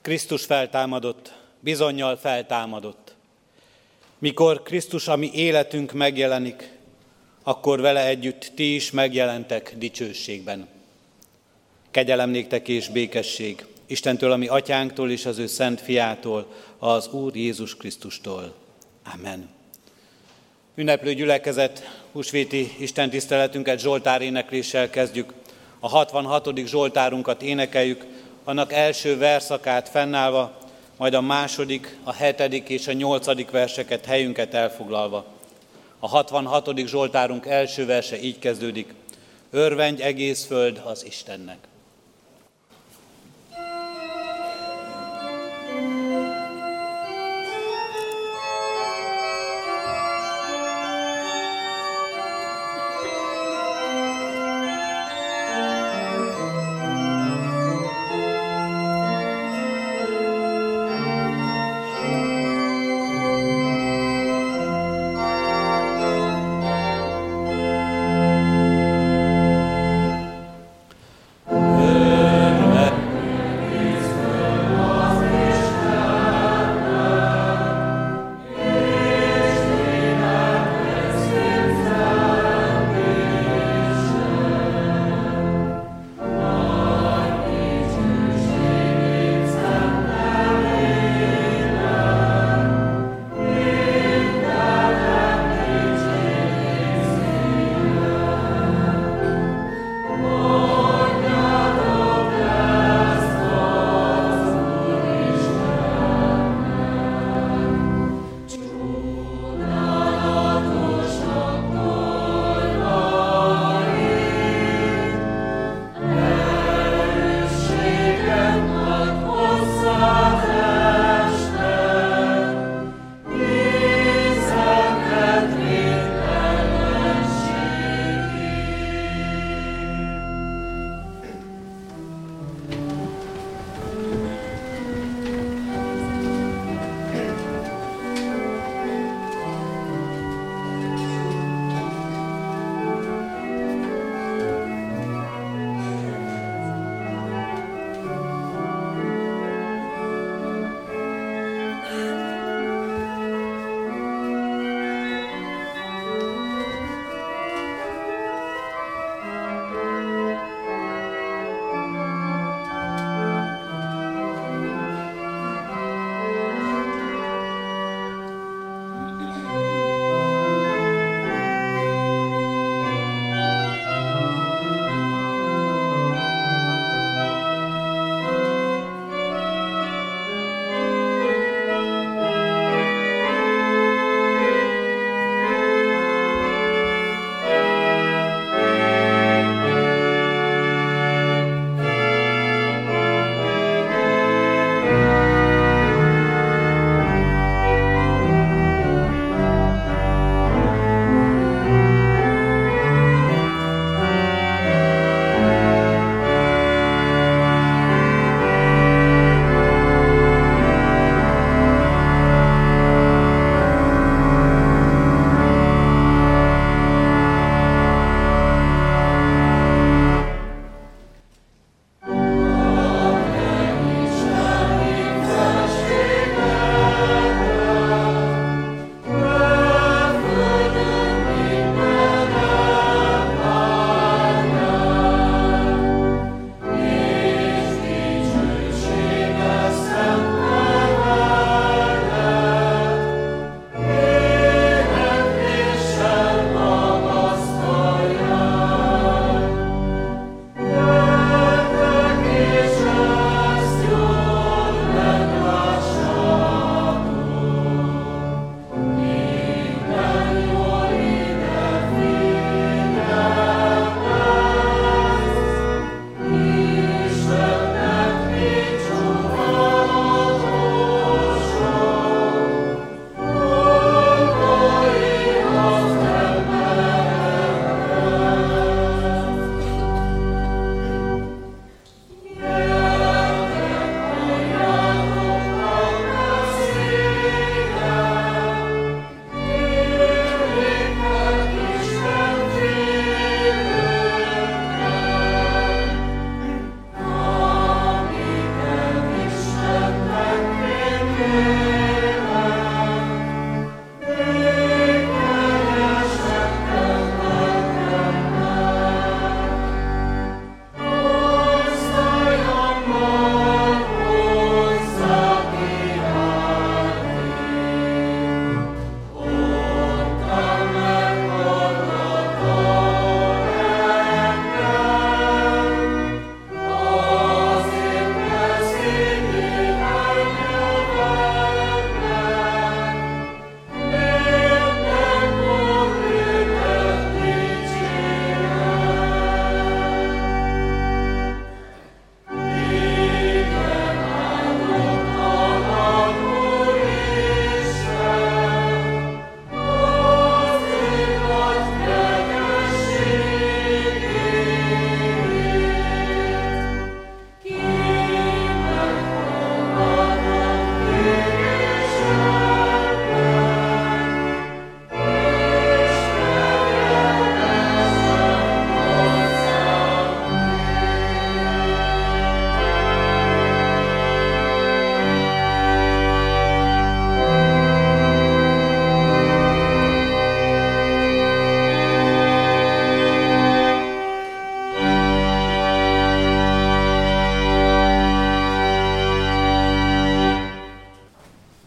Krisztus feltámadott, bizonnyal feltámadott. Mikor Krisztus, a mi életünk megjelenik, akkor vele együtt ti is megjelentek dicsőségben. Kegyelem néktek és békesség Istentől, a mi atyánktól és az ő szent fiától, az Úr Jézus Krisztustól. Amen. Ünneplő gyülekezet, húsvéti istentiszteletünket zsoltárénekléssel kezdjük. A 66. zsoltárunkat énekeljük, annak első verszakát fennállva, majd a második, a 7. és a 8. verseket helyünket elfoglalva. A 66. zsoltárunk első verse így kezdődik: Örvendj egész föld az Istennek.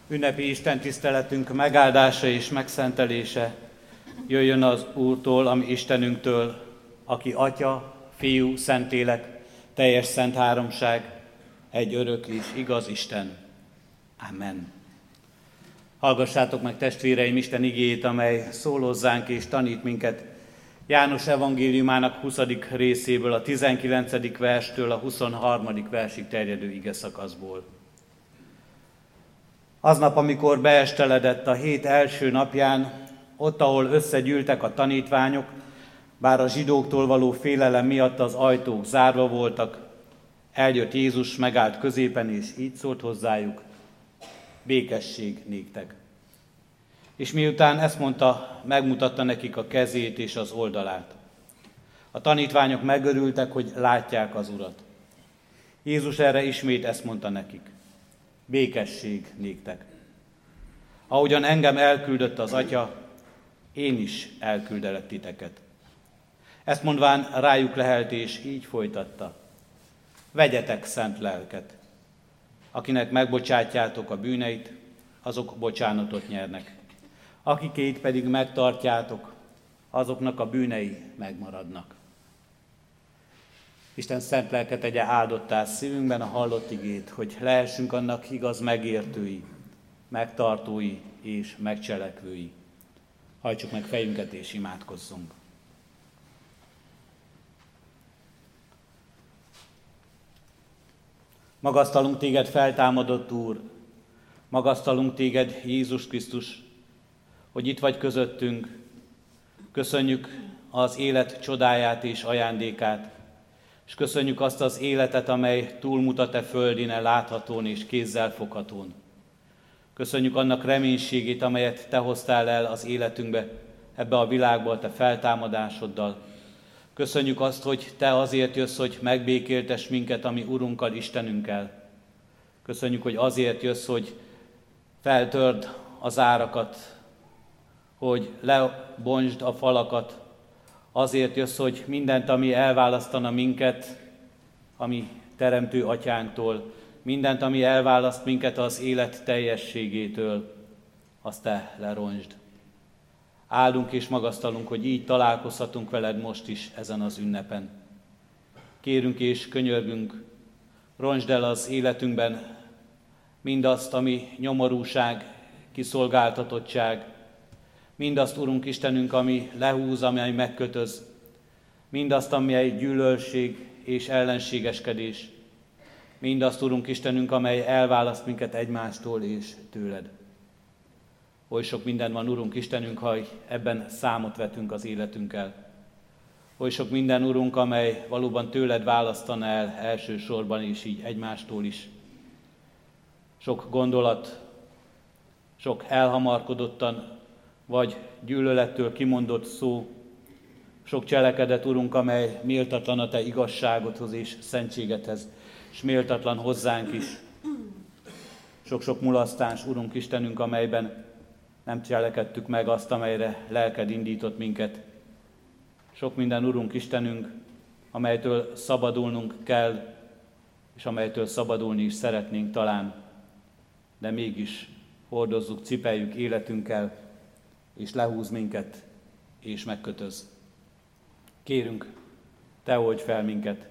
Ünnepi Isten tiszteletünk megáldása és megszentelése jöjjön az Úrtól, ami Istenünktől, aki Atya, Fiú, Szentlélek, teljes szent háromság, egy örök és igaz Isten. Amen. Hallgassátok meg, testvéreim, Isten igéjét, amely szól hozzánk és tanít minket János evangéliumának 20. részéből, a 19. verstől a 23. versig terjedő igeszakaszból. Aznap, amikor beesteledett a hét első napján, ott, ahol összegyűltek a tanítványok, bár a zsidóktól való félelem miatt az ajtók zárva voltak, eljött Jézus, megállt középen, és így szólt hozzájuk: békesség néktek. És miután ezt mondta, megmutatta nekik a kezét és az oldalát. A tanítványok megörültek, hogy látják az Urat. Jézus erre ismét ezt mondta nekik: békesség néktek. Ahogyan engem elküldött az Atya, én is elküldelek titeket. Ezt mondván rájuk lehelt, és így folytatta: vegyetek szent lelket. Akinek megbocsátjátok a bűneit, azok bocsánatot nyernek. Akikét pedig megtartjátok, azoknak a bűnei megmaradnak. Isten szent lelke tegye áldottá szívünkben a hallott igét, hogy lehessünk annak igaz megértői, megtartói és megcselekvői. Hajtsuk meg fejünket és imádkozzunk. Magasztalunk téged, feltámadott Úr, magasztalunk téged, Jézus Krisztus, hogy itt vagy közöttünk. Köszönjük az élet csodáját és ajándékát, és köszönjük azt az életet, amely túlmutat e földin, e láthatón és kézzel foghatón. Köszönjük annak reménységét, amelyet te hoztál el az életünkbe, ebbe a világba a te feltámadásoddal. Köszönjük azt, hogy te azért jössz, hogy megbékéltess minket a mi Urunkkal, Istenünkkel. Köszönjük, hogy azért jössz, hogy feltörd az árakat, hogy lebontsd a falakat. Azért jössz, hogy mindent, ami elválasztana minket, ami teremtő atyánktól, mindent, ami elválaszt minket az élet teljességétől, azt te lerontsd. Áldunk és magasztalunk, hogy így találkozhatunk veled most is ezen az ünnepen. Kérünk és könyörgünk, rontsd el az életünkben mindazt, ami nyomorúság, kiszolgáltatottság, mindazt, Urunk Istenünk, ami lehúz, ami megkötöz, mindazt, ami egy gyűlölség és ellenségeskedés, mindazt, Urunk Istenünk, amely elválaszt minket egymástól és tőled. Oly sok minden van, Urunk Istenünk, ha ebben számot vetünk az életünkkel. Oly sok minden, Urunk, amely valóban tőled választana el elsősorban, és így egymástól is. Sok gondolat, sok elhamarkodottan vagy gyűlölettől kimondott szó, sok cselekedet, Urunk, amely méltatlan a te igazságodhoz és szentségedhez, és méltatlan hozzánk is. Sok-sok mulasztás, Urunk Istenünk, amelyben nem cselekedtük meg azt, amelyre lelked indított minket. Sok minden, Urunk Istenünk, amelytől szabadulnunk kell, és amelytől szabadulni is szeretnénk talán, de mégis hordozzuk, cipeljük életünkkel, és lehúz minket, és megkötöz. Kérünk, te oldj fel minket,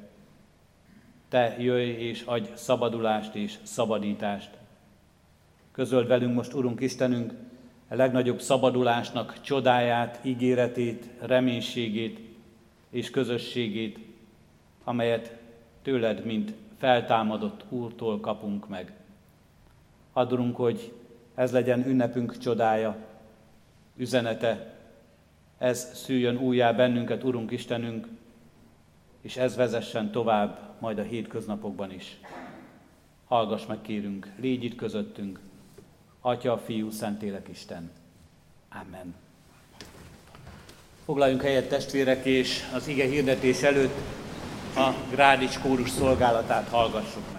te jöjj és adj szabadulást és szabadítást. Közöld velünk most, Urunk Istenünk, a legnagyobb szabadulásnak csodáját, ígéretét, reménységét és közösségét, amelyet tőled, mint feltámadott Úrtól kapunk meg. Add, Urunk, hogy ez legyen ünnepünk csodája, üzenete, ez szüljön újjá bennünket, Urunk Istenünk, és ez vezessen tovább majd a hétköznapokban is. Hallgass meg, kérünk, légy itt közöttünk, Atya, Fiú, Szentlélek, Isten. Amen. Foglaljunk helyet, testvérek, és az ige hirdetés előtt a Grádics kórus szolgálatát hallgassuk meg.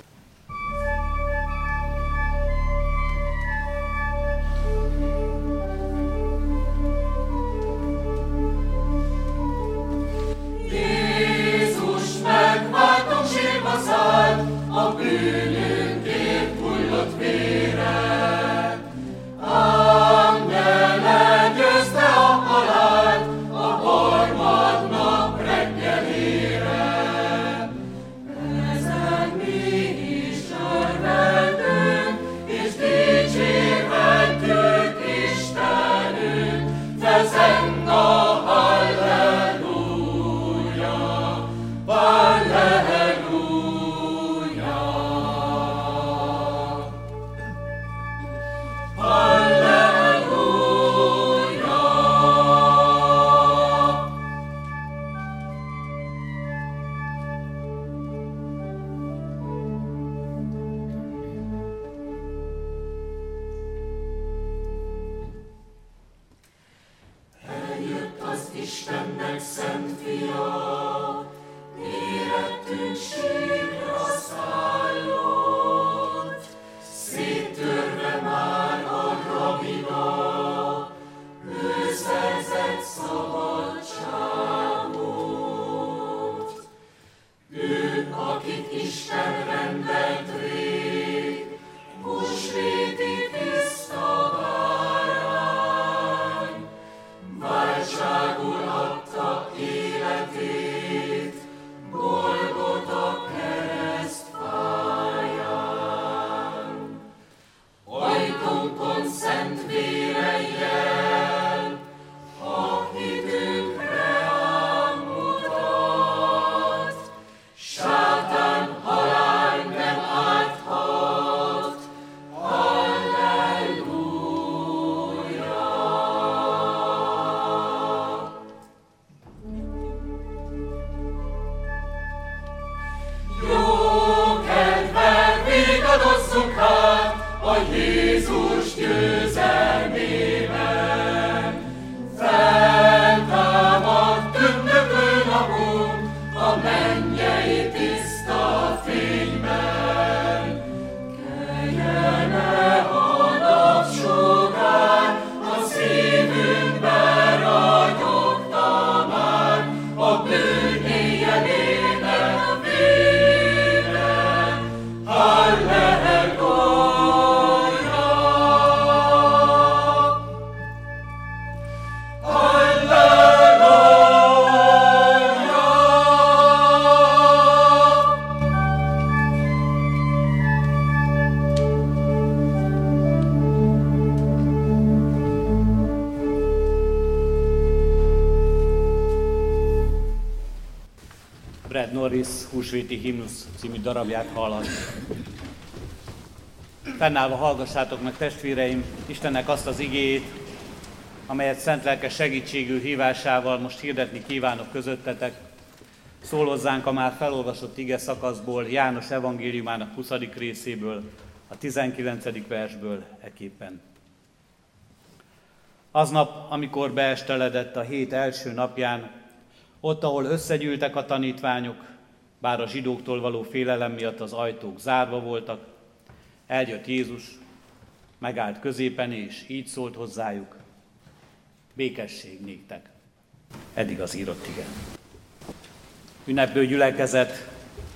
Jézus megváltunk, sírva szállt, a bűnünkért hullott vére. a Jézus győzelmében. Feltámad tündöklő napon a mennyei tiszta fényben. Kegyelme a napsugár, a szívünkbe ragyogta már, a bűn éjjelének vége. Halleluja! Brad Norris húsvéti himnusz című darabját hallani. Fennállva hallgassátok meg, testvéreim, Istennek azt az igéjét, amelyet szent lelke segítségül hívásával most hirdetni kívánok közöttetek. Szól hozzánk a már felolvasott ige szakaszból, János evangéliumának 20. részéből, a 19. versből eképpen. Aznap, amikor beesteledett a hét első napján, ott, ahol összegyűltek a tanítványok, bár a zsidóktól való félelem miatt az ajtók zárva voltak, eljött Jézus, megállt középen, és így szólt hozzájuk: békesség néktek. Eddig az írott ige. Ünneplő gyülekezet,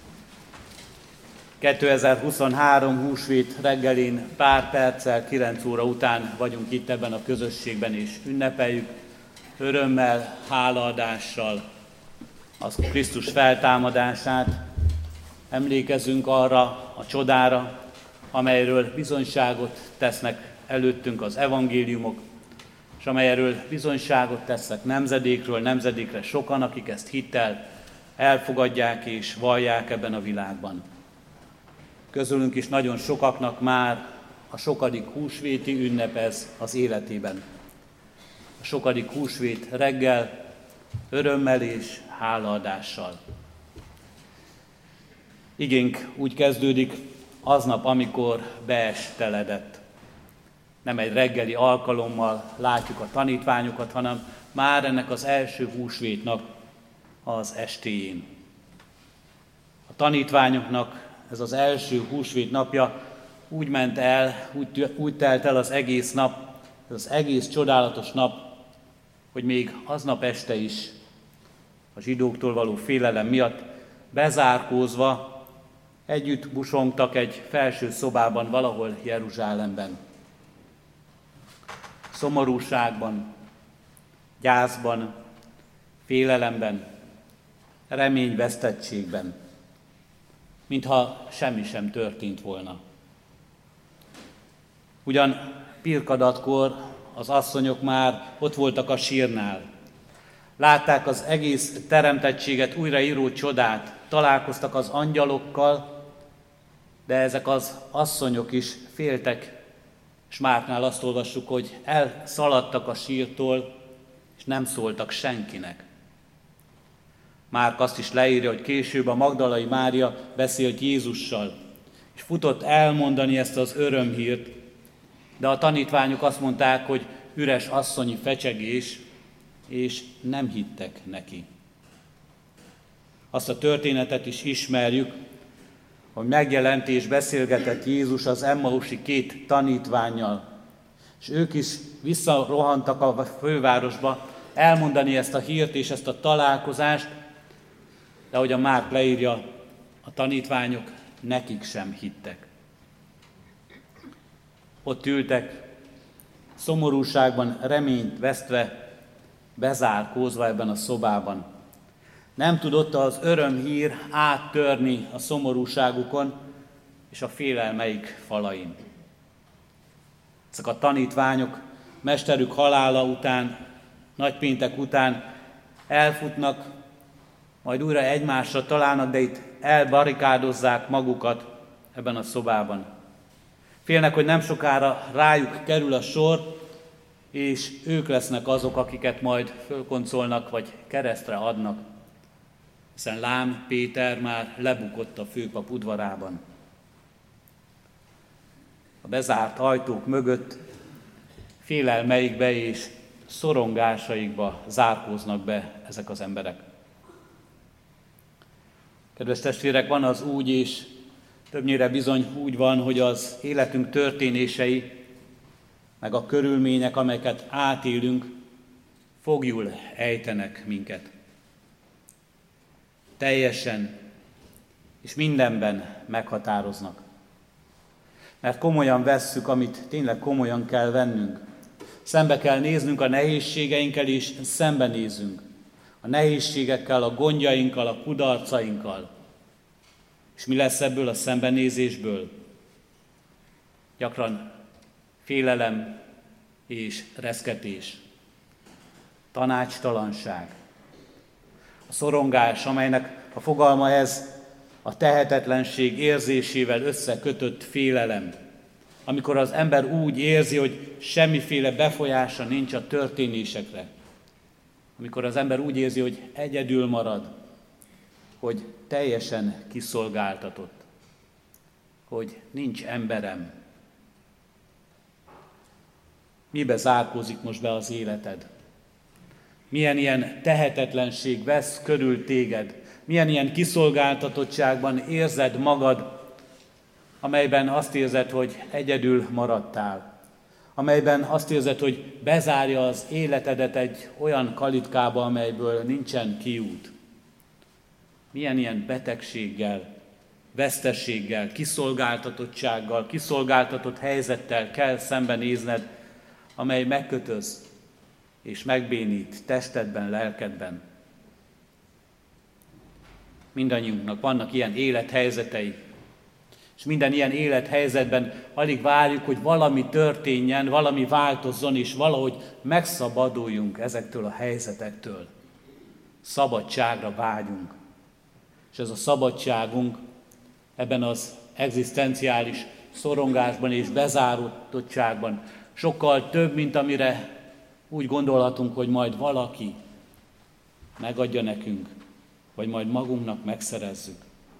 2023 húsvét reggelén pár perccel 9 óra után vagyunk itt ebben a közösségben, és ünnepeljük örömmel, hálaadással az Krisztus feltámadását. Emlékezünk arra a csodára, amelyről bizonyságot tesznek előttünk az evangéliumok, és amelyről bizonyságot tesznek nemzedékről nemzedékre sokan, akik ezt hittel elfogadják és vallják ebben a világban. Közülünk is nagyon sokaknak már a sokadik húsvéti ünnep ez az életében. A sokadik húsvét reggel örömmel és hálaadással. Igénk úgy kezdődik, aznap, amikor beesteledett. Nem egy reggeli alkalommal látjuk a tanítványokat, hanem már ennek az első húsvétnak az estéjén. A tanítványoknak ez az első húsvét napja úgy ment el, úgy telt el az egész nap, az egész csodálatos nap, hogy még aznap este is a zsidóktól való félelem miatt bezárkózva együtt busongtak egy felső szobában valahol Jeruzsálemben. Szomorúságban, gyászban, félelemben, reményvesztettségben, mintha semmi sem történt volna. Ugyan pirkadatkor az asszonyok már ott voltak a sírnál. Látták az egész teremtettséget újraíró csodát, találkoztak az angyalokkal, de ezek az asszonyok is féltek, és Márknál azt olvassuk, hogy elszaladtak a sírtól, és nem szóltak senkinek. Márk azt is leírja, hogy később a Magdalai Mária beszélt Jézussal, és futott elmondani ezt az örömhírt, de a tanítványok azt mondták, hogy üres asszonyi fecsegés, és nem hittek neki. Azt a történetet is ismerjük, hogy megjelent és beszélgetett Jézus az Emmausi 2 tanítvánnyal, és ők is visszarohantak a fővárosba elmondani ezt a hírt és ezt a találkozást, de ahogy a Márk leírja, a tanítványok nekik sem hittek. Ott ültek, szomorúságban, reményt vesztve, bezárkózva ebben a szobában. Nem tudott az örömhír áttörni a szomorúságukon és a félelmeik falain. Ezek a tanítványok mesterük halála után, nagypéntek után elfutnak, majd újra egymásra találnak, de itt elbarikádozzák magukat ebben a szobában. Félnek, hogy nem sokára rájuk kerül a sor, és ők lesznek azok, akiket majd fölkoncolnak, vagy keresztre adnak. Hiszen lám Péter már lebukott a főpap udvarában. a bezárt ajtók mögött félelmeikbe és szorongásaikba zárkóznak be ezek az emberek. Kedves testvérek, van az úgy, és többnyire bizony úgy van, hogy az életünk történései, meg a körülmények, amelyeket átélünk, foglyul ejtenek minket. Teljesen és mindenben meghatároznak. Mert komolyan vesszük, amit tényleg komolyan kell vennünk. Szembe kell néznünk a nehézségeinkkel, és szembenézünk a nehézségekkel, a gondjainkkal, a kudarcainkkal. És mi lesz ebből a szembenézésből? Gyakran félelem és reszketés, tanácstalanság, a szorongás, amelynek a fogalma ez a tehetetlenség érzésével összekötött félelem, amikor az ember úgy érzi, hogy semmiféle befolyása nincs a történésekre, amikor az ember úgy érzi, hogy egyedül marad, hogy teljesen kiszolgáltatott, hogy nincs emberem. Mibe zárkózik most be az életed? Milyen ilyen tehetetlenség vesz körül téged? Milyen ilyen kiszolgáltatottságban érzed magad, amelyben azt érzed, hogy egyedül maradtál, amelyben azt érzed, hogy bezárja az életedet egy olyan kalitkába, amelyből nincsen kiút. Milyen ilyen betegséggel, vesztességgel, kiszolgáltatottsággal, kiszolgáltatott helyzettel kell szembenézned, amely megkötöz és megbénít testedben, lelkedben. Mindannyiunknak vannak ilyen élethelyzetei, és minden ilyen élethelyzetben alig várjuk, hogy valami történjen, valami változzon, és valahogy megszabaduljunk ezektől a helyzetektől. Szabadságra vágyunk. És ez a szabadságunk ebben az egzisztenciális szorongásban és bezárodottságban sokkal több, mint amire úgy gondolhatunk, hogy majd valaki megadja nekünk, vagy majd magunknak megszerezzük.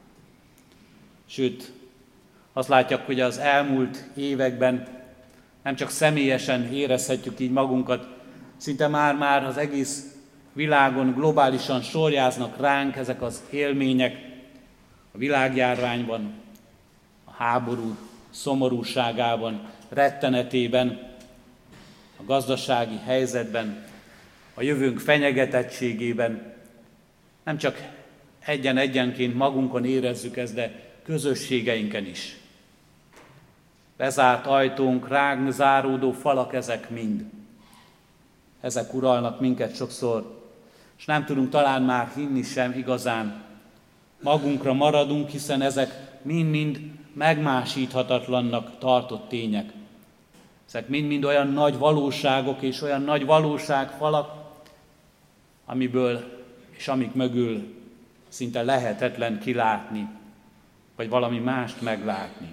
Sőt, azt látjuk, hogy az elmúlt években nem csak személyesen érezhetjük így magunkat, szinte már az egész világon globálisan sorjáznak ránk ezek az élmények a világjárványban, a háború szomorúságában, rettenetében, a gazdasági helyzetben, a jövőnk fenyegetettségében. Nem csak egyen-egyenként magunkon érezzük ezt, de közösségeinken is. Bezárt ajtónk, ránk záródó falak, ezek mind. Ezek uralnak minket sokszor, és nem tudunk talán már hinni sem igazán. Magunkra maradunk, hiszen ezek mind-mind megmásíthatatlannak tartott tények. Ezek mind-mind olyan nagy valóságok és olyan nagy valóságfalak, amiből és amik mögül szinte lehetetlen kilátni, vagy valami mást meglátni.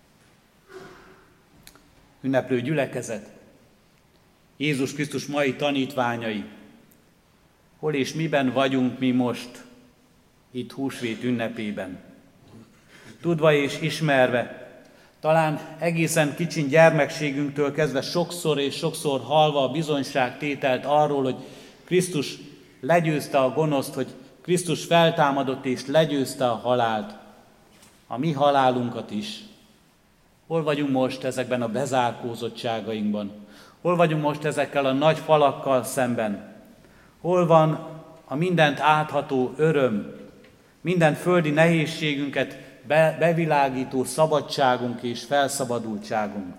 Ünneplő gyülekezet, Jézus Krisztus mai tanítványai, hol és miben vagyunk mi most, itt húsvét ünnepében? Tudva és ismerve, talán egészen kicsin gyermekségünktől kezdve sokszor és sokszor hallva a bizonyságtételt arról, hogy Krisztus legyőzte a gonoszt, hogy Krisztus feltámadott és legyőzte a halált, a mi halálunkat is. Hol vagyunk most ezekben a bezárkózottságainkban? Hol vagyunk most ezekkel a nagy falakkal szemben? Hol van a mindent átható öröm, minden földi nehézségünket bevilágító szabadságunk és felszabadultságunk?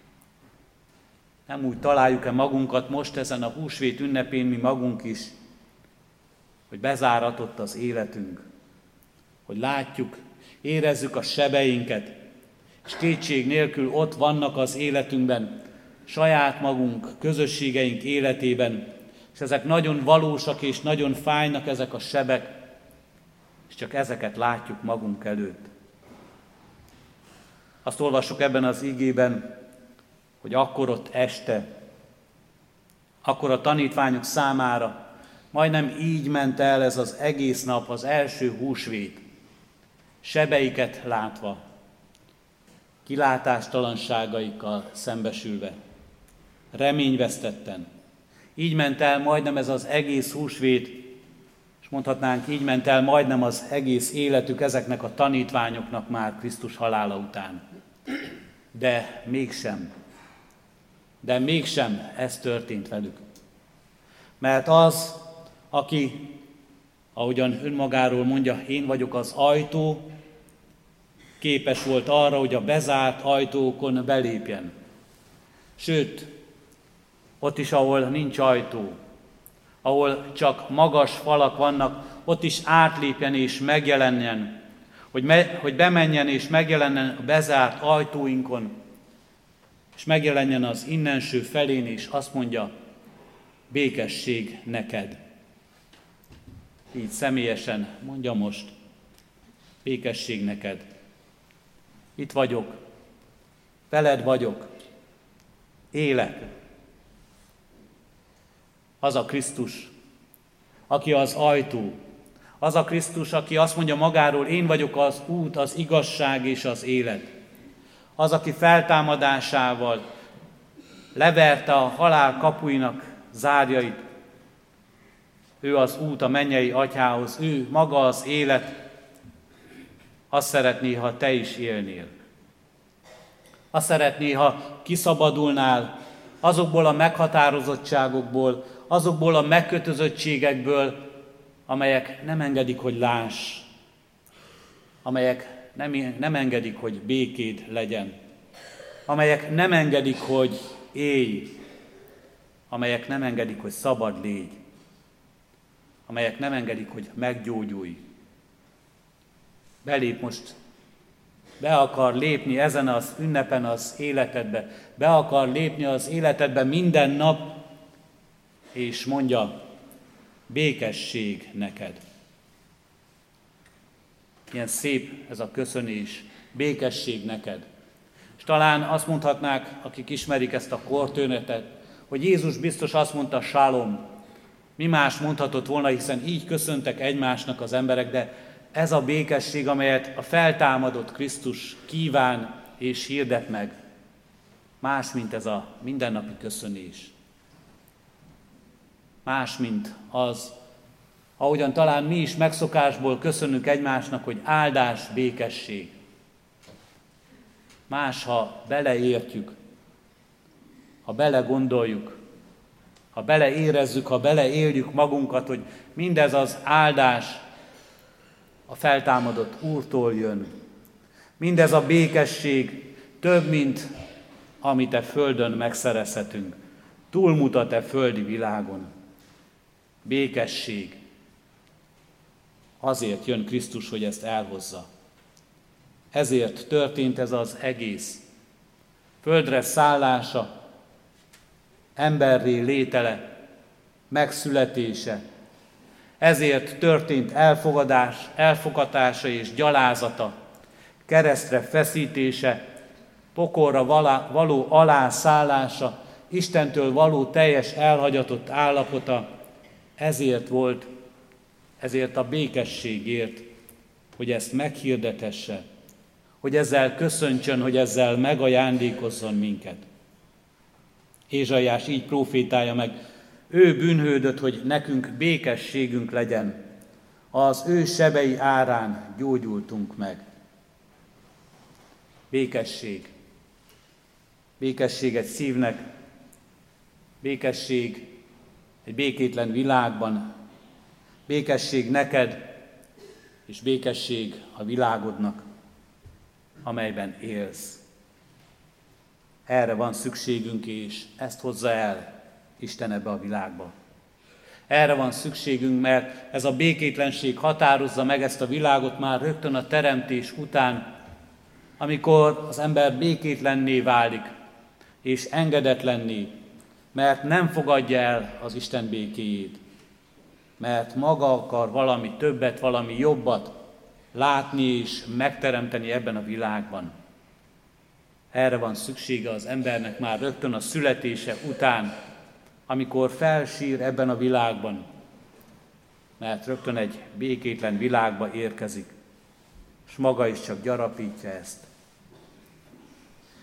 Nem úgy találjuk-e magunkat most ezen a húsvét ünnepén mi magunk is, hogy bezáratott az életünk, hogy látjuk, érezzük a sebeinket, és kétség nélkül ott vannak az életünkben, saját magunk, közösségeink életében, és ezek nagyon valósak és nagyon fájnak ezek a sebek, és csak ezeket látjuk magunk előtt. Azt olvassuk ebben az igében, hogy akkor ott este, akkor a tanítványok számára majdnem így ment el ez az egész nap, az első húsvét, sebeiket látva, kilátástalanságaikkal szembesülve, reményvesztetten. Így ment el majdnem ez az egész húsvét, és mondhatnánk, így ment el majdnem az egész életük ezeknek a tanítványoknak már Krisztus halála után. De mégsem ez történt velük. Mert az, aki, ahogyan önmagáról mondja, én vagyok az ajtó, képes volt arra, hogy a bezárt ajtókon belépjen. Sőt, ott is, ahol nincs ajtó, ahol csak magas falak vannak, ott is átlépjen és megjelenjen, hogy bemenjen és megjelenjen a bezárt ajtóinkon, és megjelenjen az innenső felén, és azt mondja, békesség neked. Így személyesen mondja most, békesség neked. Itt vagyok, veled vagyok, élek. Az a Krisztus, aki az ajtó, az a Krisztus, aki azt mondja magáról, én vagyok az út, az igazság és az élet. Az, aki feltámadásával leverte a halál kapuinak zárjait. Ő az út a mennyei atyához, ő maga az élet. Azt szeretné, ha te is élnél. Azt szeretné, ha kiszabadulnál azokból a meghatározottságokból, azokból a megkötözöttségekből, amelyek nem engedik, hogy láss, amelyek nem engedik, hogy békéd legyen, amelyek nem engedik, hogy élj, amelyek nem engedik, hogy szabad légy, amelyek nem engedik, hogy meggyógyulj. Belép most, be akar lépni ezen az ünnepen az életedbe, be akar lépni az életedbe minden nap, és mondja, békesség neked. Ilyen szép ez a köszönés, békesség neked. És talán azt mondhatnák, akik ismerik ezt a kortörténetet, hogy Jézus biztos azt mondta, shalom. Mi más mondhatott volna, hiszen így köszöntek egymásnak az emberek, de ez a békesség, amelyet a feltámadott Krisztus kíván és hirdet meg, más, mint ez a mindennapi köszönés. Más, mint az, ahogyan talán mi is megszokásból köszönünk egymásnak, hogy áldás, békesség. Más, ha beleértjük, ha belegondoljuk, ha beleérezzük, ha beleéljük magunkat, hogy mindez az áldás a feltámadott Úrtól jön. Mindez a békesség több, mint amit e földön megszerezhetünk. Túlmutat e földi világon. Békesség. Azért jön Krisztus, hogy ezt elhozza. Ezért történt ez az egész. Földre szállása, emberré létele, megszületése. Ezért történt elfogadása és gyalázata, keresztre feszítése, pokolra való alászállása, Istentől való teljes elhagyatott állapota. Ezért a békességért, hogy ezt meghirdethesse, hogy ezzel köszöntsön, hogy ezzel megajándékozzon minket. Ézsaiás így prófétálja meg, ő bűnhődött, hogy nekünk békességünk legyen, az ő sebei árán gyógyultunk meg. Békesség. Békesség egy szívnek, békesség egy békétlen világban, békesség neked, és békesség a világodnak, amelyben élsz. Erre van szükségünk, és ezt hozza el Isten ebbe a világba. Erre van szükségünk, mert ez a békétlenség határozza meg ezt a világot már rögtön a teremtés után, amikor az ember békétlenné válik, és engedetlenné, mert nem fogadja el az Isten békéjét, mert maga akar valami többet, valami jobbat látni és megteremteni ebben a világban. Erre van szüksége az embernek már rögtön a születése után, amikor felsír ebben a világban, mert rögtön egy békétlen világba érkezik, és maga is csak gyarapítja ezt.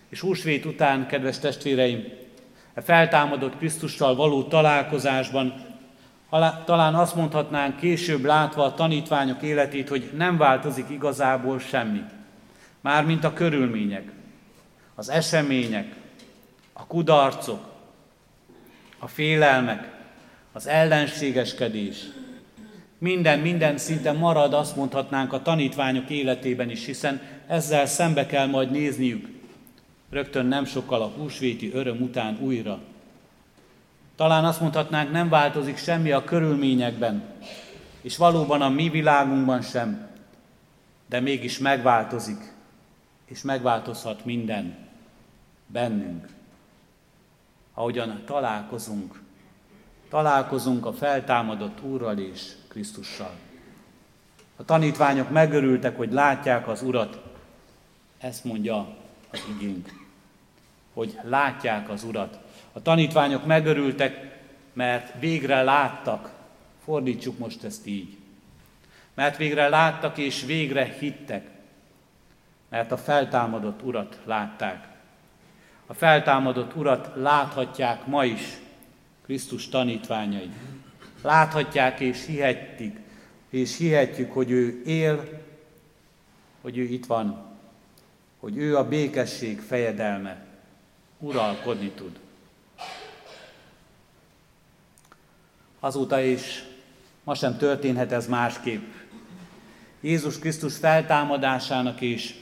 És húsvét után, kedves testvéreim, a feltámadott Krisztussal való találkozásban talán azt mondhatnánk később látva a tanítványok életét, hogy nem változik igazából semmi. Mármint a körülmények, az események, a kudarcok, a félelmek, az ellenségeskedés. Minden szinte marad, azt mondhatnánk, a tanítványok életében is, hiszen ezzel szembe kell majd nézniük rögtön nem sokkal a húsvéti öröm után újra. Talán azt mondhatnánk, nem változik semmi a körülményekben, és valóban a mi világunkban sem, de mégis megváltozik, és megváltozhat minden bennünk. Ahogyan találkozunk a feltámadott Úrral és Krisztussal. A tanítványok megörültek, hogy látják az Urat. Ezt mondja az igénk, hogy látják az Urat. A tanítványok megörültek, mert végre láttak. Fordítsuk most ezt így. Mert végre láttak és végre hittek. Mert a feltámadott Urat látták. A feltámadott Urat láthatják ma is Krisztus tanítványai. Láthatják és hihetjük, hogy ő él, hogy ő itt van, hogy ő a békesség fejedelme, uralkodni tud. Azóta is ma sem történhet ez másképp. Jézus Krisztus feltámadásának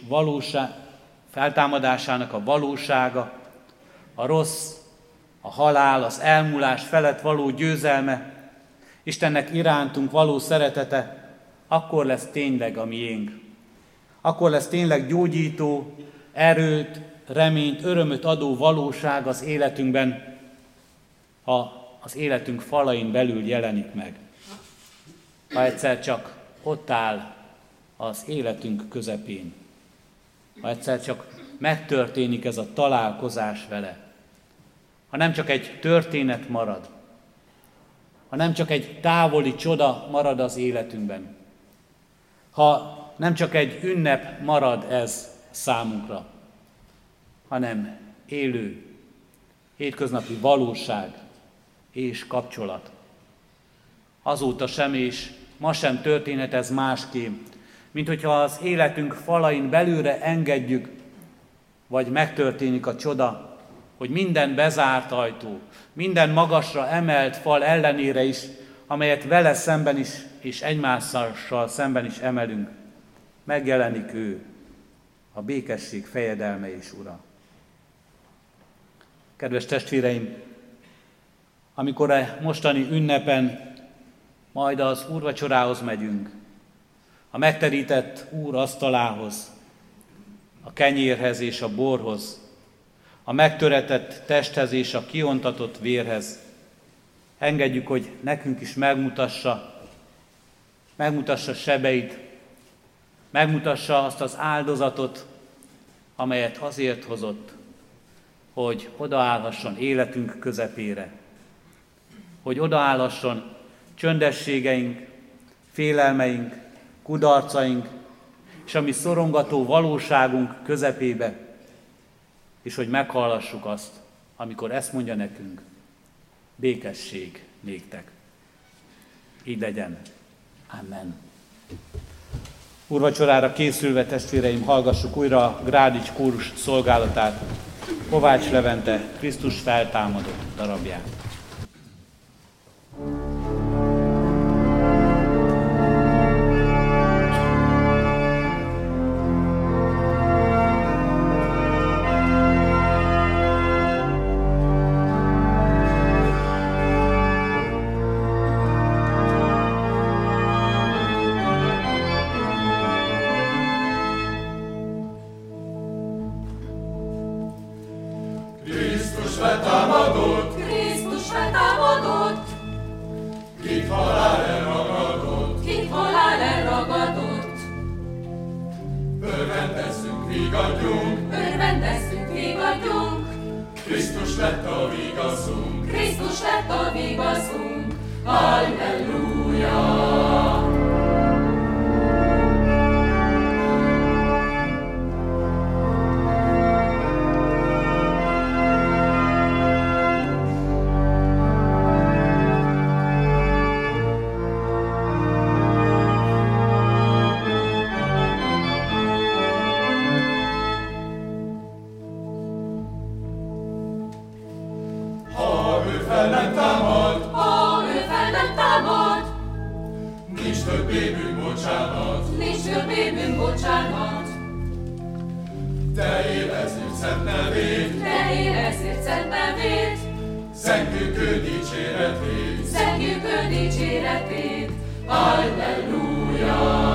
a valósága, a rossz, a halál, az elmúlás felett való győzelme, Istennek irántunk való szeretete, akkor lesz tényleg a miénk. Akkor lesz tényleg gyógyító, erőt, reményt, örömöt adó valóság az életünkben, ha az életünk falain belül jelenik meg. Ha egyszer csak ott áll az életünk közepén. Ha egyszer csak megtörténik ez a találkozás vele. Ha nem csak egy történet marad, ha nem csak egy távoli csoda marad az életünkben, ha nem csak egy ünnep marad ez számunkra, hanem élő, hétköznapi valóság és kapcsolat. Azóta sem és ma sem történhet ez másképp, mint hogyha az életünk falain belülre engedjük, vagy megtörténik a csoda, hogy minden bezárt ajtó, minden magasra emelt fal ellenére is, amelyet vele szemben is és egymással szemben is emelünk, megjelenik ő, a békesség fejedelme és ura. Kedves testvéreim, amikor a mostani ünnepen majd az úrvacsorához megyünk, a megterített Úr asztalához, a kenyérhez és a borhoz, a megtöretett testhez és a kiontatott vérhez, engedjük, hogy nekünk is megmutassa sebeit, megmutassa azt az áldozatot, amelyet azért hozott, hogy odaállhasson életünk közepére, hogy odaállhasson csöndességeink, félelmeink, kudarcaink, és a mi szorongató valóságunk közepébe, és hogy meghallassuk azt, amikor ezt mondja nekünk, békesség néktek. Így legyen. Amen. Úrvacsorára készülve, testvéreim, hallgassuk újra a Grádics kórus szolgálatát, Kovács Levente Krisztus feltámadott darabját. Krisztus feltámadott, kit halál elragadott. Örvendezzünk, vigadjunk, Krisztus lett a vigaszunk, Halleluja! fel nem támad, ha ő fel nem támad, nincs többé bűnbocsánat, nincs többé bűnbocsánat. Te élezért szent nevét, te élezért szent nevét, zengjük ő dicséretét, zengjük ő dicséretét. Halleluja!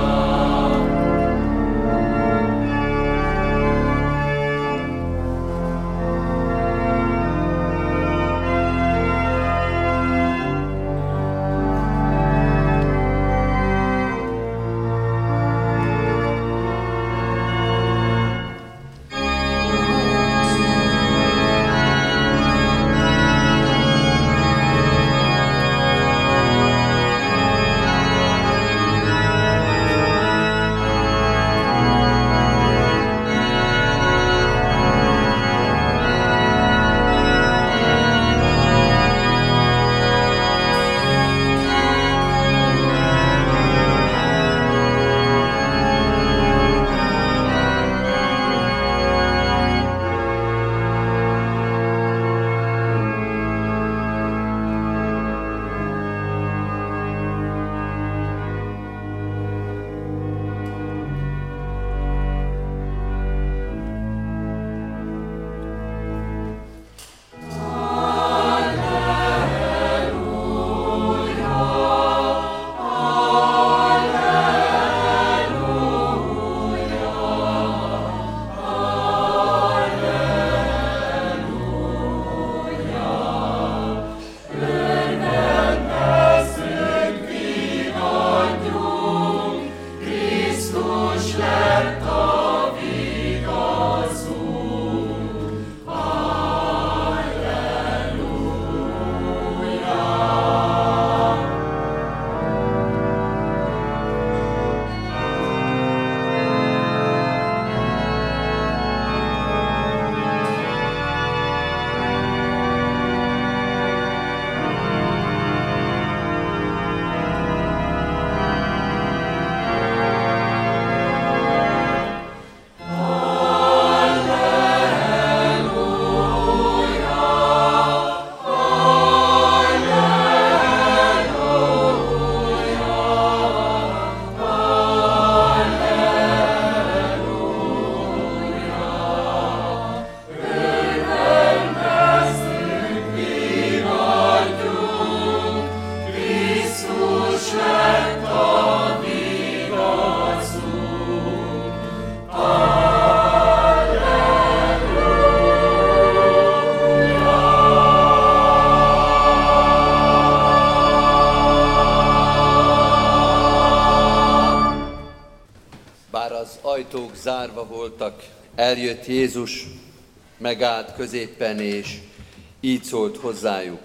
Ajtók zárva voltak, eljött Jézus, megállt középen, és így szólt hozzájuk: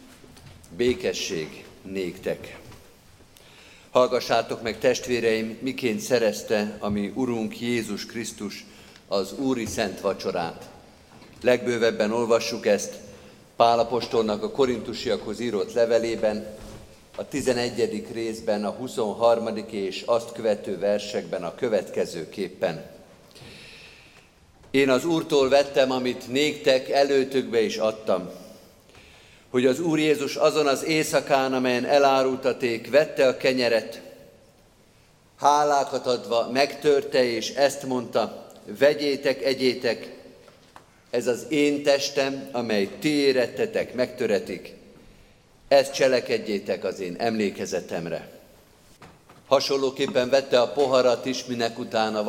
békesség néktek. Hallgassátok meg, testvéreim, miként szerezte a mi Urunk Jézus Krisztus az úri szent vacsorát. Legbővebben olvassuk ezt Pál apostolnak a korintusiakhoz írott levelében, a 11. részben, a 23. és azt követő versekben a következőképpen. Én az Úrtól vettem, amit néktek előtökbe is adtam, hogy az Úr Jézus azon az éjszakán, amelyen elárultaték, vette a kenyeret, hálákat adva megtörte, és ezt mondta: vegyétek, egyétek, ez az én testem, amely ti érettetek, megtöretik, ezt cselekedjétek az én emlékezetemre. Hasonlóképpen vette a poharat is, minek utána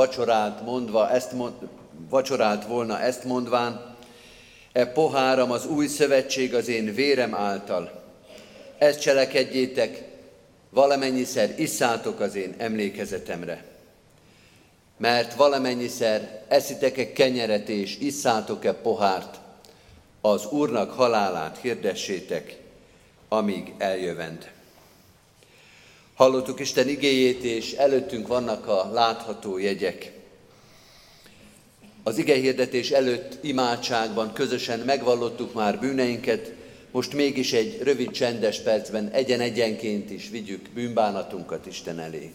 vacsorált volna, ezt mondván: e poháram az új szövetség az én vérem által. Ezt cselekedjétek, valamennyiszer isszátok az én emlékezetemre. Mert valamennyiszer eszitek-e kenyeret és isszátok-e pohárt, az Úrnak halálát hirdessétek, amíg eljövend. Hallottuk Isten igéjét, és előttünk vannak a látható jegyek. Az igehirdetés előtt imádságban közösen megvallottuk már bűneinket, most mégis egy rövid csendes percben egyen-egyenként is vigyük bűnbánatunkat Isten elé.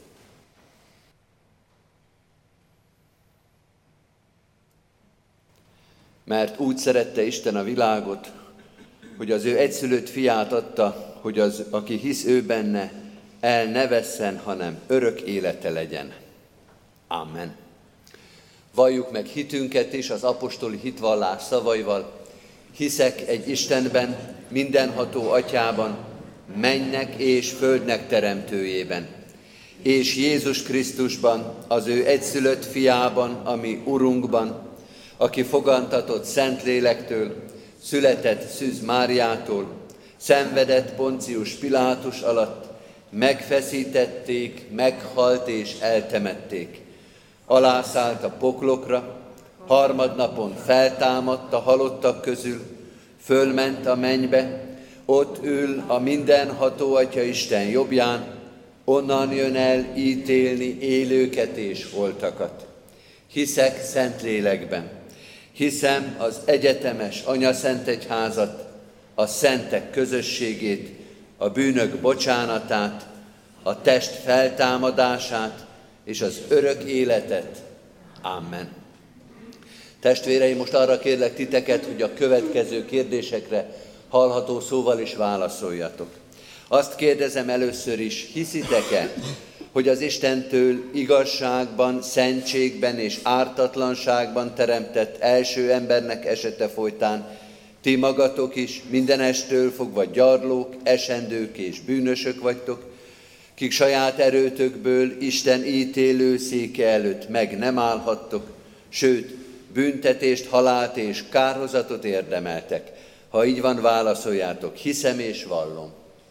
Mert úgy szerette Isten a világot, hogy az ő egyszülött fiát adta, hogy az, aki hisz ő benne, el ne vesszen, hanem örök élete legyen. Amen. Valljuk meg hitünket is az apostoli hitvallás szavaival. Hiszek egy Istenben, mindenható Atyában, mennynek és földnek teremtőjében, és Jézus Krisztusban, az ő egyszülött fiában, ami Urunkban, aki fogantatott Szentlélektől, született Szűz Máriától, szenvedett Poncius Pilátus alatt, megfeszítették, meghalt és eltemették. Alászállt a poklokra, harmadnapon feltámadt a halottak közül, fölment a mennybe, ott ül a mindenható Atya Isten jobbján, onnan jön el ítélni élőket és holtakat. Hiszek Szentlélekben, hiszem az egyetemes Anyaszentegyházat, a szentek közösségét, a bűnök bocsánatát, a test feltámadását és az örök életet. Amen. Testvéreim, most arra kérlek titeket, hogy a következő kérdésekre hallható szóval is válaszoljatok. Azt kérdezem először is, hiszitek-e, hogy az Istentől igazságban, szentségben és ártatlanságban teremtett első embernek esete folytán ti magatok is mindenestől fogva gyarlók, esendők és bűnösök vagytok, kik saját erőtökből Isten ítélő széke előtt meg nem állhattok, sőt, büntetést, halált és kárhozatot érdemeltek. Ha így van, válaszoljátok, hiszem és vallom.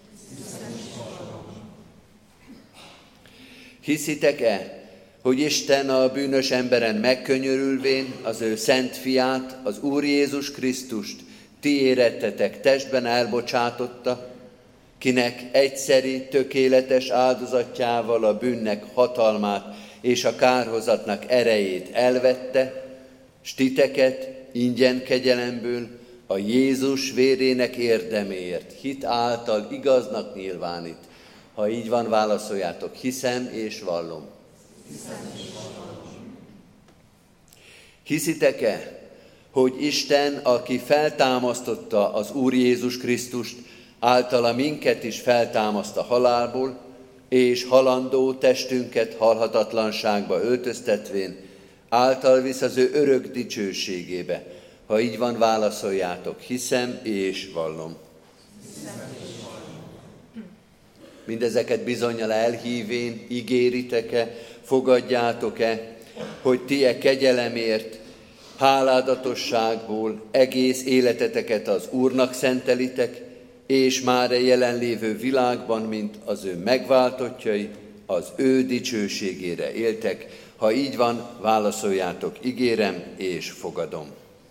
Hiszitek-e, hogy Isten a bűnös emberen megkönyörülvén az ő szent fiát, az Úr Jézus Krisztust ti érettetek testben elbocsátotta, kinek egyszeri, tökéletes áldozatjával a bűnnek hatalmát és a kárhozatnak erejét elvette, s titeket ingyen kegyelemből a Jézus vérének érdeméért hit által igaznak nyilvánít. Ha így van, válaszoljátok, hiszem és vallom. Hiszitek-e, hogy Isten, aki feltámasztotta az Úr Jézus Krisztust, általa minket is feltámaszt a halálból, és halandó testünket halhatatlanságba öltöztetvén, által visz az ő örök dicsőségébe. Ha így van, válaszoljátok, hiszem és vallom. Mindezeket bizonnyal elhívén ígéritek-e, fogadjátok-e, hogy ti e kegyelemért, háládatosságból egész életeteket az Úrnak szentelitek, és már a jelenlévő világban, mint az ő megváltottjai, az ő dicsőségére éltek. Ha így van, válaszoljátok, ígérem és fogadom.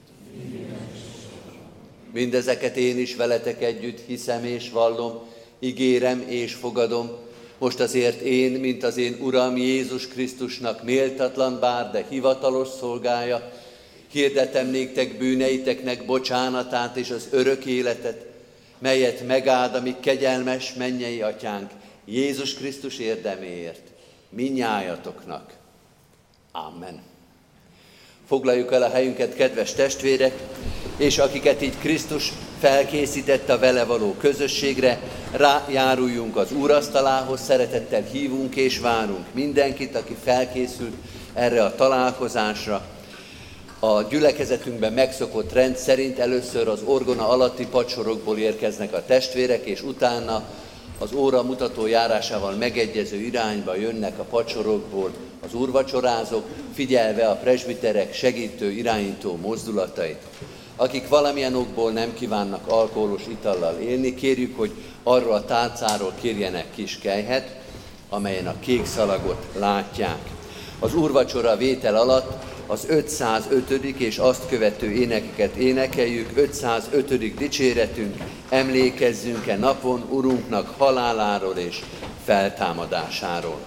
Mindezeket én is veletek együtt hiszem és vallom, ígérem és fogadom. Most azért én, mint az én Uram Jézus Krisztusnak méltatlan bár, de hivatalos szolgája, hirdetem néktek bűneiteknek bocsánatát és az örök életet, melyet megáld a mi kegyelmes mennyei Atyánk Jézus Krisztus érdeméért, minnyájatoknak. Amen. Foglaljuk el a helyünket, kedves testvérek, és akiket így Krisztus felkészített a vele való közösségre, rájáruljunk az úrasztalához, szeretettel hívunk és várunk mindenkit, aki felkészült erre a találkozásra. A gyülekezetünkben megszokott rend szerint először az orgona alatti padsorokból érkeznek a testvérek, és utána az óra mutató járásával megegyező irányba jönnek a padsorokból az úrvacsorázók, figyelve a presbiterek segítő, irányító mozdulatait. Akik valamilyen okból nem kívánnak alkoholos itallal élni, kérjük, hogy arról a tálcáról kérjenek kis kelyhet, amelyen a kék szalagot látják. Az úrvacsora vétel alatt az 505. és azt követő énekeket énekeljük, 505. dicséretünk, emlékezzünk-e napon Urunknak haláláról és feltámadásáról.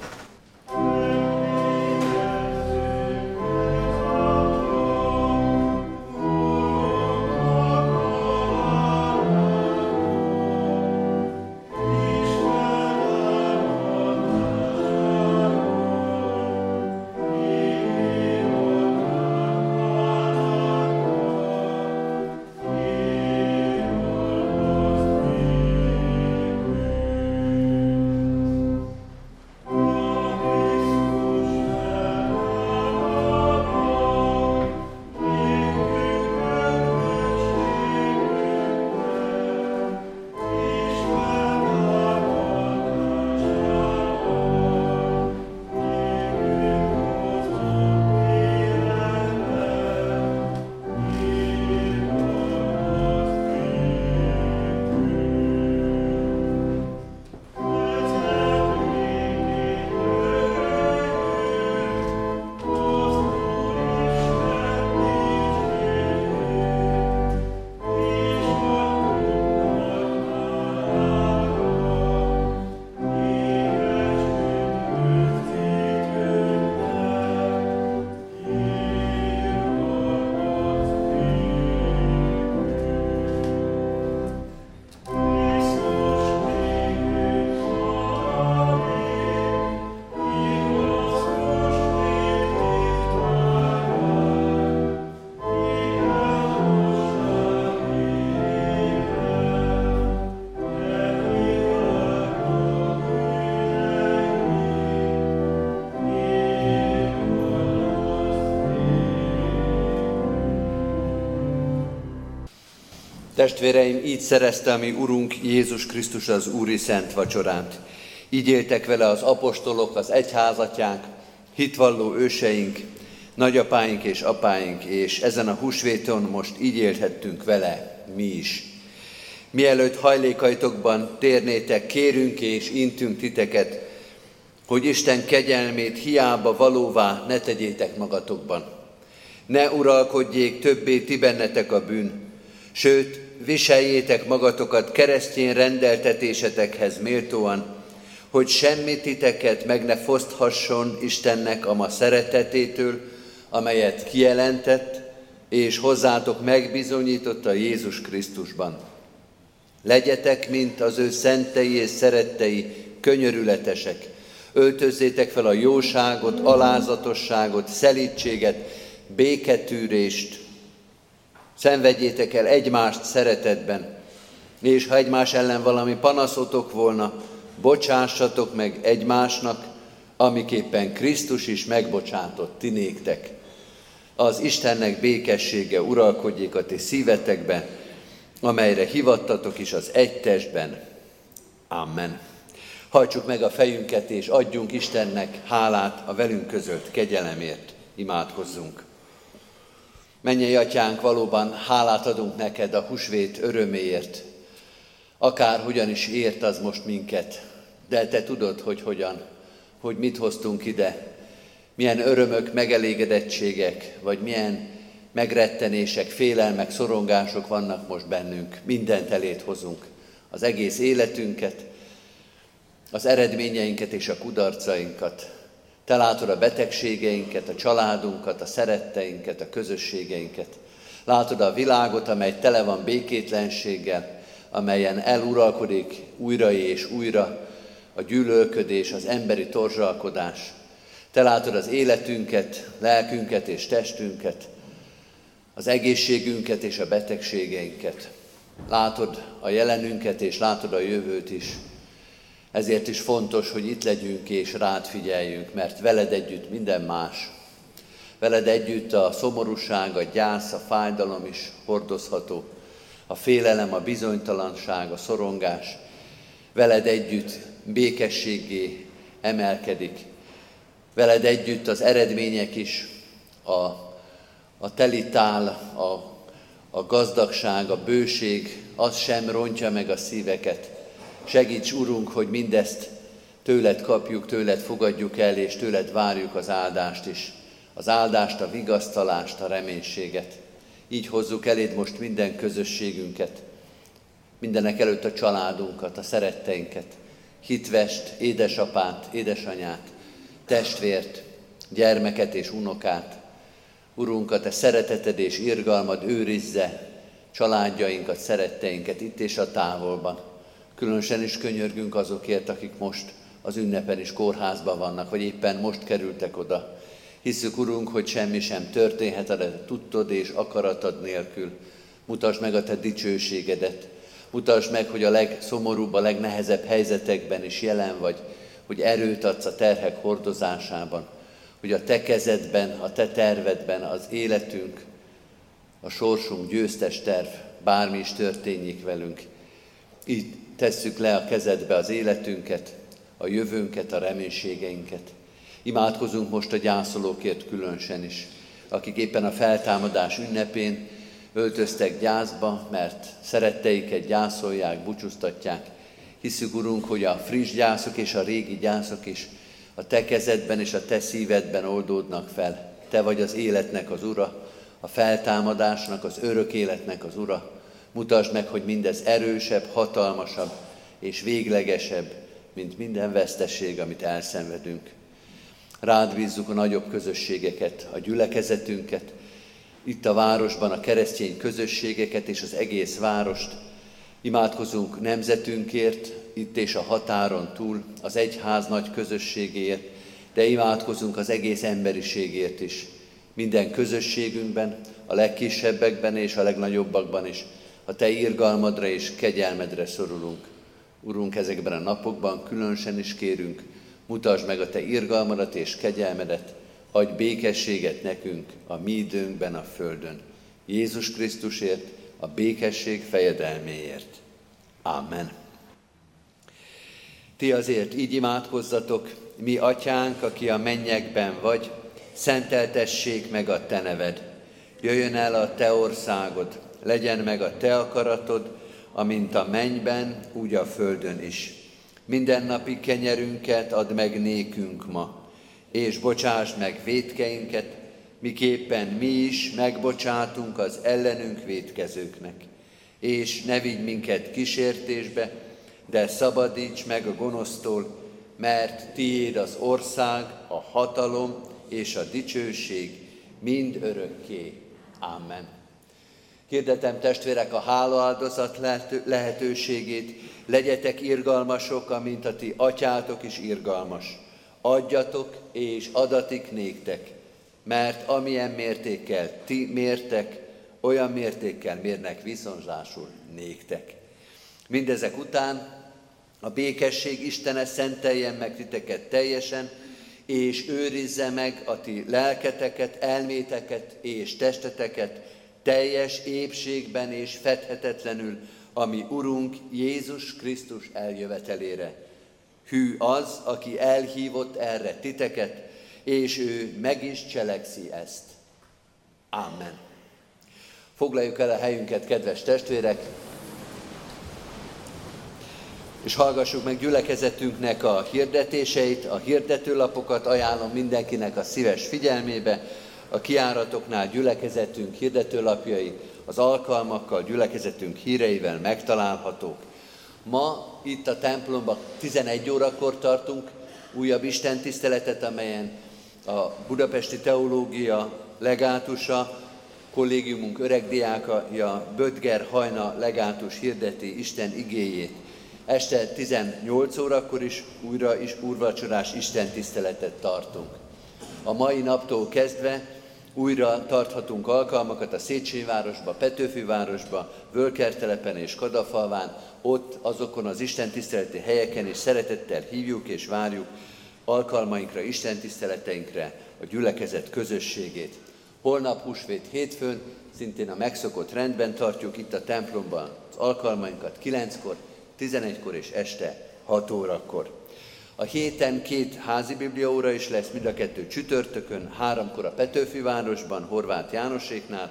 Testvéreim, így szerezte a mi Urunk Jézus Krisztus az Úri Szent Vacsorát. Így éltek vele az apostolok, az egyházatjánk, hitvalló őseink, nagyapáink és apáink, és ezen a húsvéton most így élhettünk vele mi is. Mielőtt hajlékaitokban térnétek, kérünk és intünk titeket, hogy Isten kegyelmét hiába valóvá ne tegyétek magatokban. Ne uralkodjék többé ti bennetek a bűn, sőt, viseljétek magatokat keresztény rendeltetésetekhez méltóan, hogy semmi titeket meg ne foszthasson Istennek a ma szeretetétől, amelyet kijelentett, és hozzátok megbizonyította Jézus Krisztusban. Legyetek, mint az ő szentei és szerettei, könyörületesek. Öltözzétek fel a jóságot, alázatosságot, szelídséget, béketűrést. Szenvedjétek el egymást szeretetben, és ha egymás ellen valami panaszotok volna, bocsássatok meg egymásnak, amiképpen Krisztus is megbocsátott ti néktek. Az Istennek békessége uralkodjék a ti szívetekben, amelyre hivattatok is az egy testben. Amen. Hajtsuk meg a fejünket, és adjunk Istennek hálát a velünk közölt kegyelemért. Imádkozzunk. Mennyei Atyánk, valóban hálát adunk neked a húsvét öröméért. Akárhogyan is ért az most minket, de te tudod, hogy hogyan, hogy mit hoztunk ide, milyen örömök, megelégedettségek, vagy milyen megrettenések, félelmek, szorongások vannak most bennünk. Mindent eléd hozunk, az egész életünket, az eredményeinket és a kudarcainkat. Te látod a betegségeinket, a családunkat, a szeretteinket, a közösségeinket. Látod a világot, amely tele van békétlenséggel, amelyen eluralkodik újra és újra a gyűlölködés, az emberi torzsalkodás. Te látod az életünket, lelkünket és testünket, az egészségünket és a betegségeinket. Látod a jelenünket és látod a jövőt is. Ezért is fontos, hogy itt legyünk és rád figyeljünk, mert veled együtt minden más. Veled együtt a szomorúság, a gyász, a fájdalom is hordozható, a félelem, a bizonytalanság, a szorongás. Veled együtt békességgé emelkedik. Veled együtt az eredmények is, a telitál, a gazdagság, a bőség, az sem rontja meg a szíveket. Segíts, Urunk, hogy mindezt tőled kapjuk, tőled fogadjuk el, és tőled várjuk az áldást is. Az áldást, a vigasztalást, a reménységet. Így hozzuk eléd most minden közösségünket, mindenek előtt a családunkat, a szeretteinket, hitvest, édesapát, édesanyát, testvért, gyermeket és unokát. Urunk, a te szereteted és irgalmad őrizze családjainkat, szeretteinket itt és a távolban. Különösen is könyörgünk azokért, akik most az ünnepen is kórházban vannak, vagy éppen most kerültek oda. Hiszük, Urunk, hogy semmi sem történhet a te tudtod és akaratod nélkül. Mutasd meg a te dicsőségedet. Mutasd meg, hogy a legszomorúbb, a legnehezebb helyzetekben is jelen vagy, hogy erőt adsz a terhek hordozásában, hogy a te kezedben, a te tervedben az életünk, a sorsunk győztes terv, bármi is történjék velünk. Így tesszük le a kezedbe az életünket, a jövőnket, a reménységeinket. Imádkozunk most a gyászolókért különösen is, akik éppen a feltámadás ünnepén öltöztek gyászba, mert szeretteiket gyászolják, búcsúztatják. Hiszük, Urunk, hogy a friss gyászok és a régi gyászok is a te kezedben és a te szívedben oldódnak fel. Te vagy az életnek az Ura, a feltámadásnak, az örök életnek az Ura. Mutasd meg, hogy mindez erősebb, hatalmasabb és véglegesebb, mint minden veszteség, amit elszenvedünk. Rád bízzuk a nagyobb közösségeket, a gyülekezetünket, itt a városban a keresztény közösségeket és az egész várost. Imádkozunk nemzetünkért, itt és a határon túl, az egyház nagy közösségéért, de imádkozunk az egész emberiségért is. Minden közösségünkben, a legkisebbekben és a legnagyobbakban is a te irgalmadra és kegyelmedre szorulunk. Urunk, ezekben a napokban különösen is kérünk, mutasd meg a te irgalmadat és kegyelmedet, adj békességet nekünk a mi időnkben a földön. Jézus Krisztusért, a békesség fejedelméért. Ámen. Ti azért így imádkozzatok: mi atyánk, aki a mennyekben vagy, szenteltessék meg a te neved. Jöjjön el a te országod, legyen meg a te akaratod, amint a mennyben, úgy a földön is. Mindennapi kenyerünket add meg nékünk ma, és bocsásd meg vétkeinket, miképpen mi is megbocsátunk az ellenünk vétkezőknek. És ne vigy minket kísértésbe, de szabadíts meg a gonosztól, mert tiéd az ország, a hatalom és a dicsőség mind örökké. Amen. Hirdetem, testvérek, a hálaáldozat lehetőségét. Legyetek irgalmasok, amint a ti atyátok is irgalmas. Adjatok, és adatik néktek, mert amilyen mértékkel ti mértek, olyan mértékkel mérnek viszonzásul néktek. Mindezek után a békesség Istene szenteljen meg titeket teljesen, és őrizze meg a ti lelketeket, elméteket és testeteket teljes épségben és fedhetetlenül, ami Urunk Jézus Krisztus eljövetelére. Hű az, aki elhívott erre titeket, és ő meg is cselekszi ezt. Amen. Foglaljuk el a helyünket, kedves testvérek, és hallgassuk meg gyülekezetünknek a hirdetéseit, a hirdetőlapokat ajánlom mindenkinek a szíves figyelmébe. A kijáratoknál gyülekezetünk hirdetőlapjai az alkalmakkal, gyülekezetünk híreivel megtalálhatók. Ma itt a templomban 11 órakor tartunk újabb istentiszteletet, amelyen a Budapesti Teológia legátusa, kollégiumunk öregdiákja Böttger Hajna legátus hirdeti Isten igéjét. Este 18 órakor is újra is úrvacsorás istentiszteletet tartunk. A mai naptól kezdve újra tarthatunk alkalmakat a Széchenyi városba, Petőfivárosba, Völkertelepen és Kadafalván. Ott azokon az istentiszteleti helyeken is szeretettel hívjuk és várjuk alkalmainkra, istentiszteleteinkre a gyülekezet közösségét. Holnap húsvét hétfőn szintén a megszokott rendben tartjuk itt a templomban az alkalmainkat 9-kor, 11-kor és este 6 órakor. A héten 2 házi bibliaóra is lesz, mind a 2 csütörtökön, 3-kor a Petőfivárosban, Horváth Jánoséknál,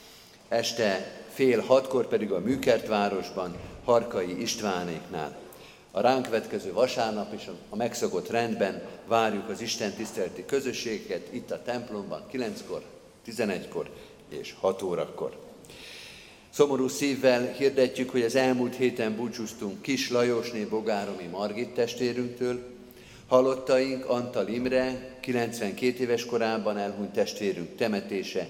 este 5:30 pedig a Műkertvárosban, Harkai Istvánéknál. A ránk vetkező vasárnap is a megszokott rendben várjuk az istentiszteleti közösségeket itt a templomban 9-kor, 11-kor és 6 órakor. Szomorú szívvel hirdetjük, hogy az elmúlt héten búcsúztunk Kis Lajosné Bogáromi Margit testvérünktől. Halottaink Antal Imre, 92 éves korában elhunyt testvérünk temetése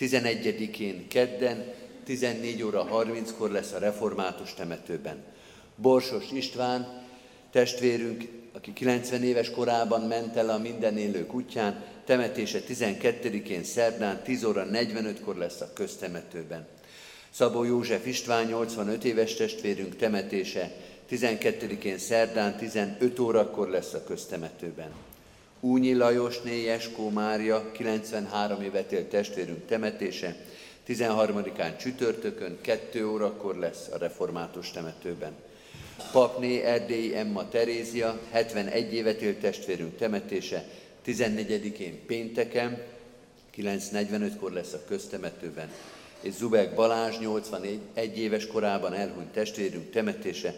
11-én kedden, 14 óra 30-kor lesz a református temetőben. Borsos István testvérünk, aki 90 éves korában ment el a minden élők útján, temetése 12-én szerdán 10 óra 45-kor lesz a köztemetőben. Szabó József István, 85 éves testvérünk temetése 12-én szerdán 15 órakor lesz a köztemetőben. Únyi Lajosné Jeskó Mária, 93 évet élt testvérünk temetése 13-án csütörtökön 2 órakor lesz a református temetőben. Papné Erdélyi Emma Terézia, 71 évet élt testvérünk temetése 14-én pénteken 9:45-kor lesz a köztemetőben. És Zubek Balázs, 81 éves korában elhunyt testvérünk temetése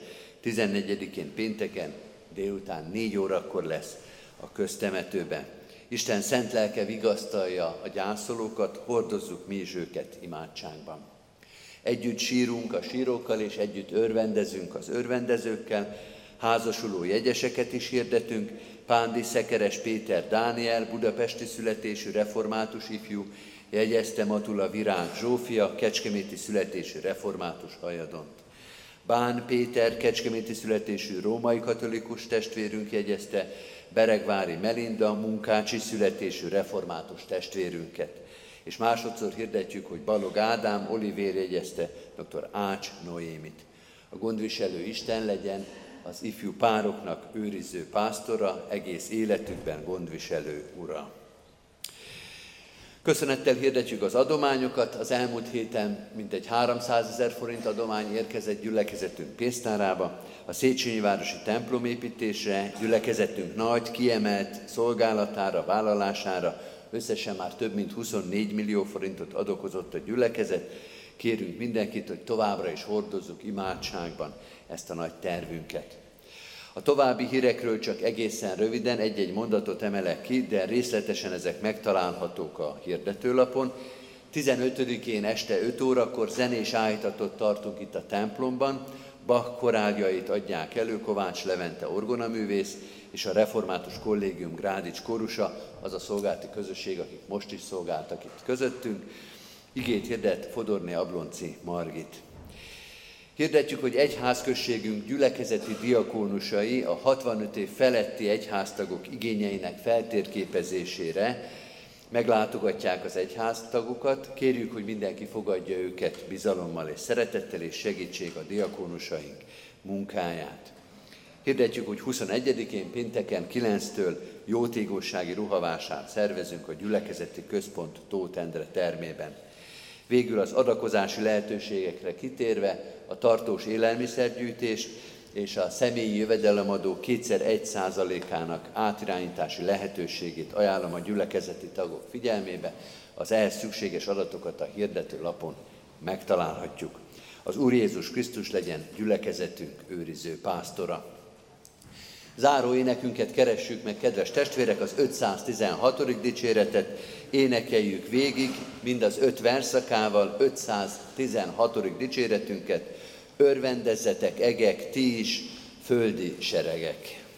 14-én pénteken délután 4 órakor lesz a köztemetőben. Isten szent lelke vigasztalja a gyászolókat, hordozzuk mi is őket imádságban. Együtt sírunk a sírókkal, és együtt örvendezünk az örvendezőkkel, házasuló jegyeseket is hirdetünk. Pándi Szekeres Péter Dániel, budapesti születésű református ifjú, jegyezte Matula Virág Zsófia, kecskeméti születésű református hajadont. Bán Péter, kecskeméti születésű római katolikus testvérünk jegyezte Beregvári Melinda, munkácsi születésű református testvérünket. És másodszor hirdetjük, hogy Balog Ádám, Olivér jegyezte dr. Ács Noémit. A gondviselő Isten legyen az ifjú pároknak őriző pásztora, egész életükben gondviselő ura. Köszönettel hirdetjük az adományokat. Az elmúlt héten mintegy 300 000 forint adomány érkezett gyülekezetünk pénztárába, a Széchenyi városi templomépítésre, gyülekezetünk nagy, kiemelt szolgálatára, vállalására összesen már több mint 24 millió forintot adokozott a gyülekezet. Kérünk mindenkit, hogy továbbra is hordozzuk imádságban ezt a nagy tervünket. A további hírekről csak egészen röviden egy-egy mondatot emelek ki, de részletesen ezek megtalálhatók a hirdetőlapon. 15-én este 5 órakor zenés áhítatot tartunk itt a templomban. Bach koráljait adják elő Kovács Levente orgonaművész és a Református Kollégium Grádics kórusa, az a szolgálati közösség, akik most is szolgáltak itt közöttünk. Igét hirdet Fodorné Ablonci Margit. Hirdetjük, hogy egyházközségünk gyülekezeti diakónusai a 65 év feletti egyháztagok igényeinek feltérképezésére meglátogatják az egyháztagokat. Kérjük, hogy mindenki fogadja őket bizalommal és szeretettel, és segítsék a diakónusaink munkáját. Hirdetjük, hogy 21-én pénteken 9-től jótékonysági ruhavásárt szervezünk a gyülekezeti központ Tóth Endre termében. Végül az adakozási lehetőségekre kitérve a tartós élelmiszergyűjtést és a személyi jövedelemadó 2x1%-ának átirányítási lehetőségét ajánlom a gyülekezeti tagok figyelmébe. Az ehhez szükséges adatokat a hirdető lapon megtalálhatjuk. Az Úr Jézus Krisztus legyen gyülekezetünk őriző pásztora. Záró énekünket keressük meg, kedves testvérek, az 516. dicséretet énekeljük végig, mind az 5 verszakával, 516. dicséretünket. Örvendezzetek egek, ti is, földi seregek!